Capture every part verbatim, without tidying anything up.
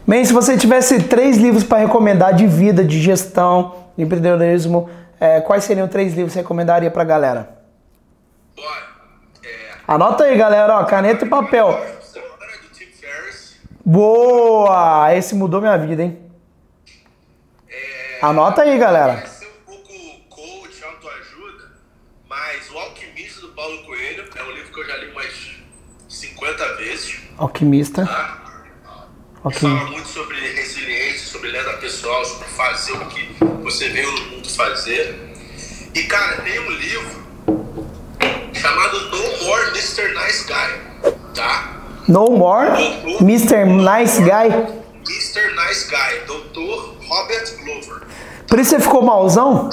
Man, se você tivesse três livros para recomendar de vida, de gestão, de empreendedorismo, é, quais seriam três livros que você recomendaria pra galera? Bora. É... Anota aí, galera, ó, caneta e papel. Semana do Tim Ferriss. Boa! Esse mudou minha vida, hein? É... Anota aí, galera. Vai ser um pouco coach, autoajuda, mas O Alquimista do Paulo Coelho é um livro que eu já li umas cinquenta vezes. Alquimista. Tá? Ok. Fala muito sobre resiliência, sobre lenda pessoal, sobre fazer o que você veio no mundo fazer. E, cara, tem um livro chamado No More mister Nice Guy, tá? No More mister Nice Guy. mister Nice Guy, doutor Robert Glover. Por isso você ficou malzão?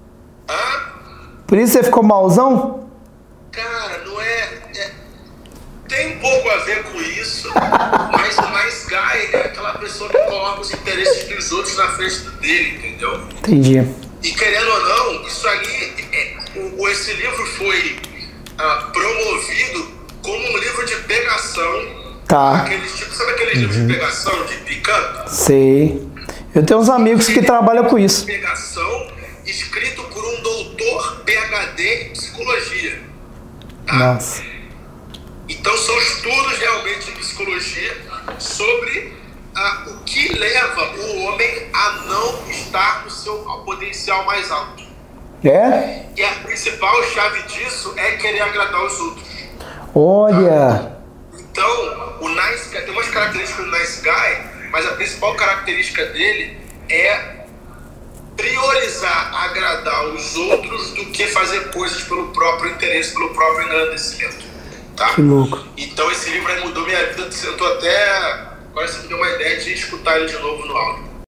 Hã? Por isso você ficou malzão? Cara, não é, é... Tem um pouco a ver com isso, mas o Nice Guy é aquela pessoa que coloca os interesses dos outros na frente do dele, entendeu? Entendi. E querendo ou não, isso aí, é, o, esse livro foi ah, promovido como um livro de pegação. Tá. Aqueles, tipo, sabe aqueles uhum. livros de pegação, de pick-up? Sei. Eu tenho uns amigos que trabalham com isso. Pegação, escrito por um doutor P H D em psicologia. Tá? Nossa. Então são estudos realmente de psicologia sobre ah, o que leva o homem a não estar no seu potencial mais alto. É? E a principal chave disso é querer agradar os outros. Olha! Então, o Nice Guy, tem umas características do Nice Guy, mas a principal característica dele é priorizar agradar os outros do que fazer coisas pelo próprio interesse, pelo próprio engrandecimento. Tá? Que louco. Então esse livro aí mudou minha vida, eu tô até... Agora você me deu uma ideia de escutar ele de novo no áudio.